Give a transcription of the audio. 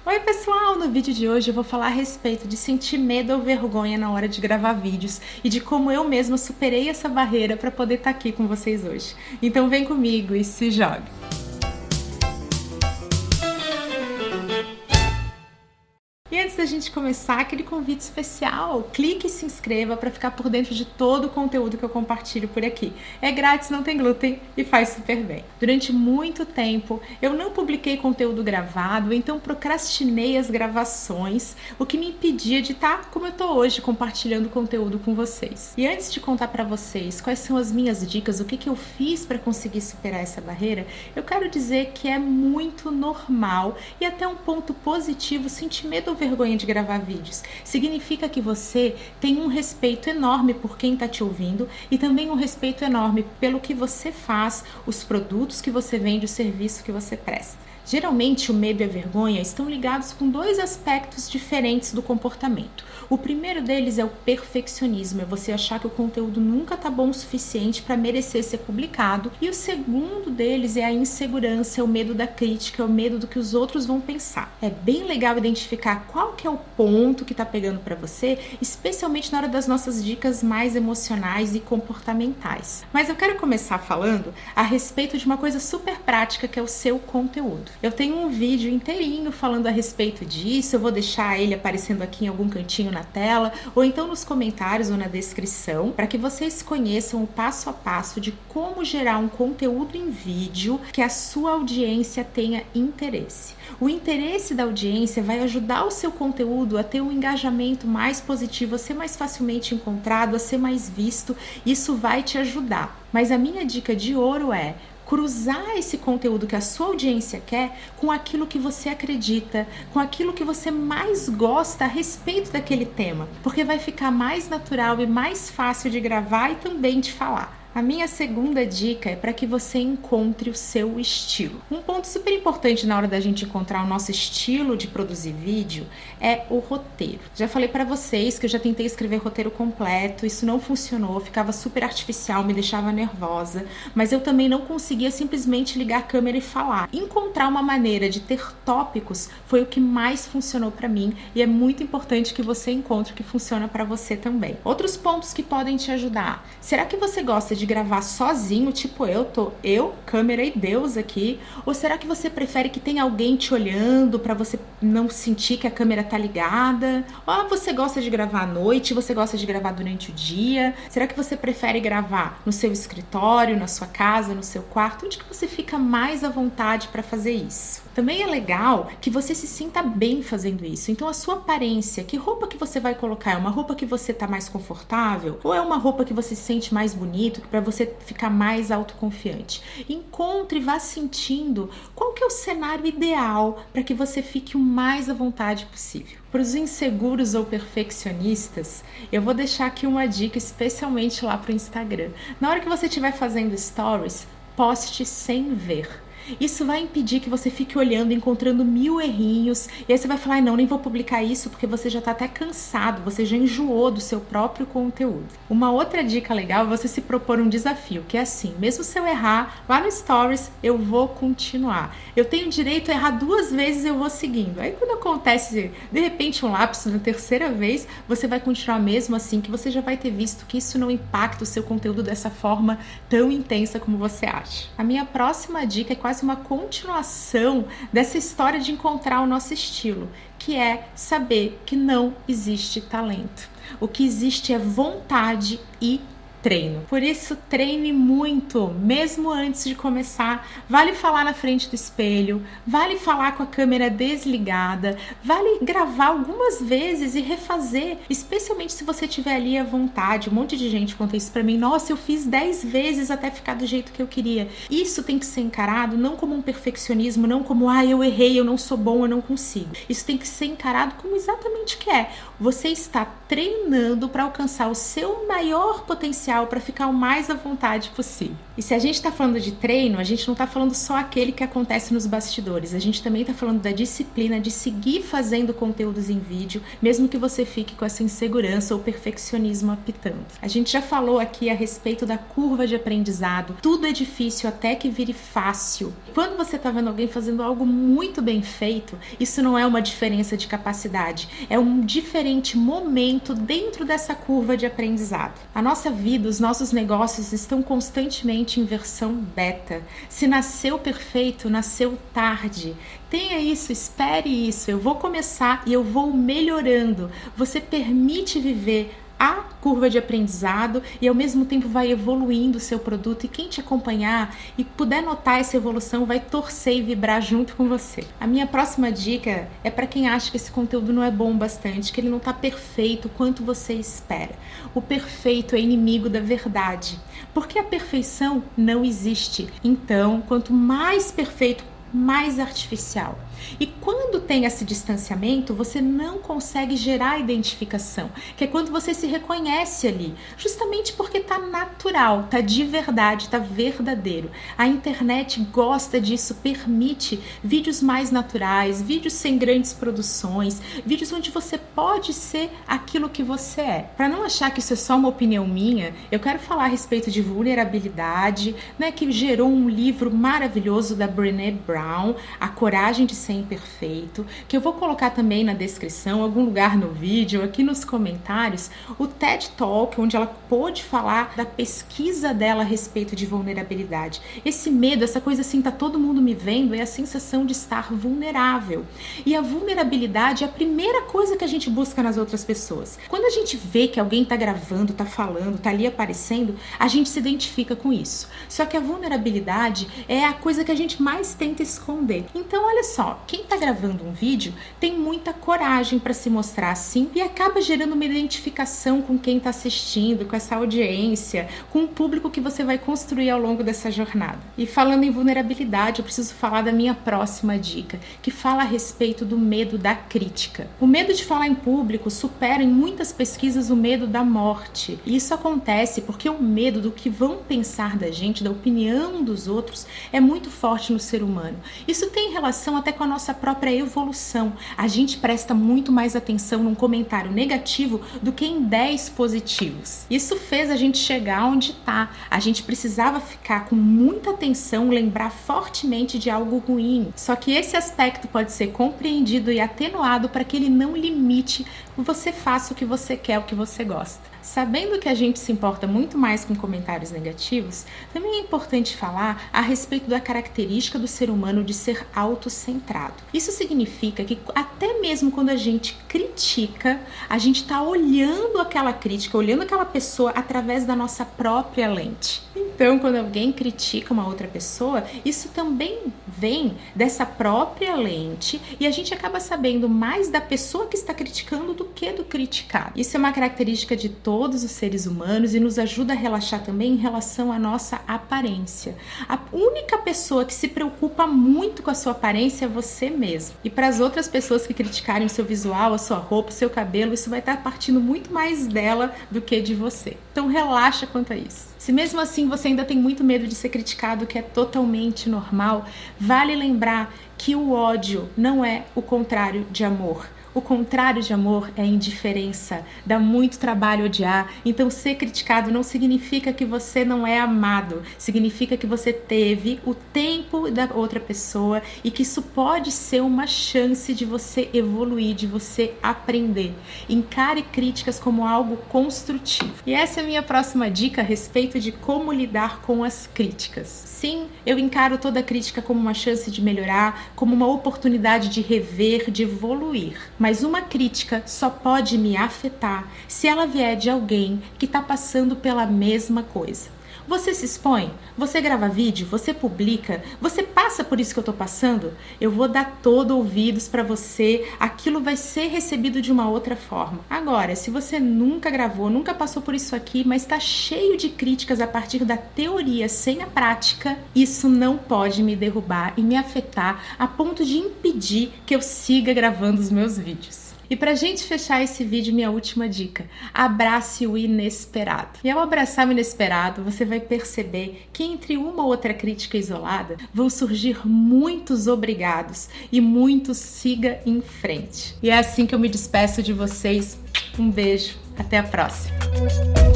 Oi pessoal, no vídeo de hoje eu vou falar a respeito de sentir medo ou vergonha na hora de gravar vídeos e de como eu mesma superei essa barreira para poder estar aqui com vocês hoje. Então vem comigo e se jogue! E antes da gente começar, aquele convite especial, clique e se inscreva para ficar por dentro de todo o conteúdo que eu compartilho por aqui. É grátis, não tem glúten e faz super bem. Durante muito tempo, eu não publiquei conteúdo gravado, então procrastinei as gravações, o que me impedia de estar como eu estou hoje, compartilhando conteúdo com vocês. E antes de contar para vocês quais são as minhas dicas, o que eu fiz para conseguir superar essa barreira, eu quero dizer que é muito normal e até um ponto positivo sentir medo ou vergonha de gravar vídeos. Significa que você tem um respeito enorme por quem está te ouvindo e também um respeito enorme pelo que você faz, os produtos que você vende, o serviço que você presta. Geralmente o medo e a vergonha estão ligados com dois aspectos diferentes do comportamento. O primeiro deles é o perfeccionismo, é você achar que o conteúdo nunca está bom o suficiente para merecer ser publicado. E o segundo deles é a insegurança, é o medo da crítica, é o medo do que os outros vão pensar. É bem legal identificar qual que é o ponto que está pegando para você, especialmente na hora das nossas dicas mais emocionais e comportamentais. Mas eu quero começar falando a respeito de uma coisa super prática que é o seu conteúdo. Eu tenho um vídeo inteirinho falando a respeito disso, eu vou deixar ele aparecendo aqui em algum cantinho na tela, ou então nos comentários ou na descrição, para que vocês conheçam o passo a passo de como gerar um conteúdo em vídeo que a sua audiência tenha interesse. O interesse da audiência vai ajudar o seu conteúdo a ter um engajamento mais positivo, a ser mais facilmente encontrado, a ser mais visto. Isso vai te ajudar. Mas a minha dica de ouro é cruzar esse conteúdo que a sua audiência quer com aquilo que você acredita, com aquilo que você mais gosta a respeito daquele tema, porque vai ficar mais natural e mais fácil de gravar e também de falar. A minha segunda dica é para que você encontre o seu estilo. Um ponto super importante na hora da gente encontrar o nosso estilo de produzir vídeo é o roteiro. Já falei para vocês que eu já tentei escrever roteiro completo, isso não funcionou, ficava super artificial, me deixava nervosa, mas eu também não conseguia simplesmente ligar a câmera e falar. Encontrar uma maneira de ter tópicos foi o que mais funcionou para mim e é muito importante que você encontre o que funciona para você também. Outros pontos que podem te ajudar. Será que você gosta de gravar sozinho, tipo eu, câmera e Deus aqui? Ou será que você prefere que tenha alguém te olhando para você não sentir que a câmera tá ligada? Ou você gosta de gravar à noite, você gosta de gravar durante o dia? Será que você prefere gravar no seu escritório, na sua casa, no seu quarto? Onde que você fica mais à vontade para fazer isso? Também é legal que você se sinta bem fazendo isso. Então a sua aparência, que roupa que você vai colocar? É uma roupa que você tá mais confortável? Ou é uma roupa que você se sente mais bonito, para você ficar mais autoconfiante? Encontre e vá sentindo qual que é o cenário ideal para que você fique o mais à vontade possível. Para os inseguros ou perfeccionistas, eu vou deixar aqui uma dica especialmente lá para o Instagram. Na hora que você estiver fazendo stories, poste sem ver. Isso vai impedir que você fique olhando, encontrando 1000 errinhos, e aí você vai falar, não, nem vou publicar isso porque você já está até cansado, você já enjoou do seu próprio conteúdo. Uma outra dica legal é você se propor um desafio, que é assim, mesmo se eu errar, lá no Stories eu vou continuar. Eu tenho direito a errar 2 vezes, eu vou seguindo. Aí quando acontece, de repente, um lapso na 3ª vez, você vai continuar mesmo assim, que você já vai ter visto que isso não impacta o seu conteúdo dessa forma tão intensa como você acha. A minha próxima dica é quase uma continuação dessa história de encontrar o nosso estilo, que é saber que não existe talento. O que existe é vontade e treino. Por isso, treine muito, mesmo antes de começar. Vale falar na frente do espelho, vale falar com a câmera desligada, vale gravar algumas vezes e refazer, especialmente se você tiver ali à vontade. Um monte de gente conta isso pra mim, nossa, eu fiz 10 vezes até ficar do jeito que eu queria. Isso tem que ser encarado não como um perfeccionismo, não como, eu errei, eu não sou bom, eu não consigo. Isso tem que ser encarado como exatamente o que é. Você está treinando para alcançar o seu maior potencial artificial para ficar o mais à vontade possível. E se a gente está falando de treino, a gente não está falando só aquele que acontece nos bastidores, a gente também está falando da disciplina de seguir fazendo conteúdos em vídeo, mesmo que você fique com essa insegurança ou perfeccionismo apitando. A gente já falou aqui a respeito da curva de aprendizado, tudo é difícil até que vire fácil. Quando você está vendo alguém fazendo algo muito bem feito, isso não é uma diferença de capacidade, é um diferente momento dentro dessa curva de aprendizado. A nossa vida, os nossos negócios estão constantemente em versão beta. Se nasceu perfeito, nasceu tarde. Tenha isso, espere isso. Eu vou começar e eu vou melhorando. Você permite viver a curva de aprendizado e ao mesmo tempo vai evoluindo o seu produto, e quem te acompanhar e puder notar essa evolução vai torcer e vibrar junto com você. A minha próxima dica é para quem acha que esse conteúdo não é bom bastante, que ele não está perfeito quanto você espera. O perfeito é inimigo da verdade, porque a perfeição não existe. Então, quanto mais perfeito, mais artificial. E quando tem esse distanciamento, você não consegue gerar identificação, que é quando você se reconhece ali, justamente porque tá natural, tá de verdade, tá verdadeiro. A internet gosta disso, permite vídeos mais naturais, vídeos sem grandes produções, vídeos onde você pode ser aquilo que você é. Para não achar que isso é só uma opinião minha, eu quero falar a respeito de vulnerabilidade, né, que gerou um livro maravilhoso da Brené Brown, A Coragem de Ser Imperfeito, que eu vou colocar também na descrição, algum lugar no vídeo, aqui nos comentários, o TED Talk, onde ela pôde falar da pesquisa dela a respeito de vulnerabilidade. Esse medo, essa coisa assim, tá todo mundo me vendo, é a sensação de estar vulnerável. E a vulnerabilidade é a primeira coisa que a gente busca nas outras pessoas. Quando a gente vê que alguém tá gravando, tá falando, tá ali aparecendo, a gente se identifica com isso. Só que a vulnerabilidade é a coisa que a gente mais tenta esconder. Então, olha só, quem está gravando um vídeo tem muita coragem para se mostrar assim e acaba gerando uma identificação com quem está assistindo, com essa audiência, com o público que você vai construir ao longo dessa jornada. E falando em vulnerabilidade, eu preciso falar da minha próxima dica, que fala a respeito do medo da crítica. O medo de falar em público supera em muitas pesquisas o medo da morte. E isso acontece porque o medo do que vão pensar da gente, da opinião dos outros, é muito forte no ser humano. Isso tem relação até com a nossa própria evolução. A gente presta muito mais atenção num comentário negativo do que em 10 positivos. Isso fez a gente chegar onde está. A gente precisava ficar com muita atenção, lembrar fortemente de algo ruim. Só que esse aspecto pode ser compreendido e atenuado para que ele não limite você faça o que você quer, o que você gosta. Sabendo que a gente se importa muito mais com comentários negativos, também é importante falar a respeito da característica do ser humano de ser autocentrado. Isso significa que até mesmo quando a gente critica, a gente está olhando aquela crítica, olhando aquela pessoa através da nossa própria lente. Então, quando alguém critica uma outra pessoa, isso também vem dessa própria lente e a gente acaba sabendo mais da pessoa que está criticando do que do criticado. Isso é uma característica de todos os seres humanos e nos ajuda a relaxar também em relação à nossa aparência. A única pessoa que se preocupa muito com a sua aparência é você mesmo. E para as outras pessoas que criticarem o seu visual, a sua roupa, o seu cabelo, isso vai estar partindo muito mais dela do que de você. Então relaxa quanto a isso. Se mesmo assim você ainda tem muito medo de ser criticado, que é totalmente normal, vale lembrar que o ódio não é o contrário de amor. O contrário de amor é indiferença, dá muito trabalho odiar, então ser criticado não significa que você não é amado, significa que você teve o tempo da outra pessoa e que isso pode ser uma chance de você evoluir, de você aprender. Encare críticas como algo construtivo. E essa é a minha próxima dica a respeito de como lidar com as críticas. Sim, eu encaro toda crítica como uma chance de melhorar, como uma oportunidade de rever, de evoluir. Mas uma crítica só pode me afetar se ela vier de alguém que está passando pela mesma coisa. Você se expõe? Você grava vídeo? Você publica? Você passa por isso que eu tô passando? Eu vou dar todo ouvidos para você, aquilo vai ser recebido de uma outra forma. Agora, se você nunca gravou, nunca passou por isso aqui, mas está cheio de críticas a partir da teoria sem a prática, isso não pode me derrubar e me afetar a ponto de impedir que eu siga gravando os meus vídeos. E pra gente fechar esse vídeo, minha última dica: abrace o inesperado. E ao abraçar o inesperado, você vai perceber que entre uma ou outra crítica isolada vão surgir muitos obrigados e muitos siga em frente. E é assim que eu me despeço de vocês. Um beijo, até a próxima.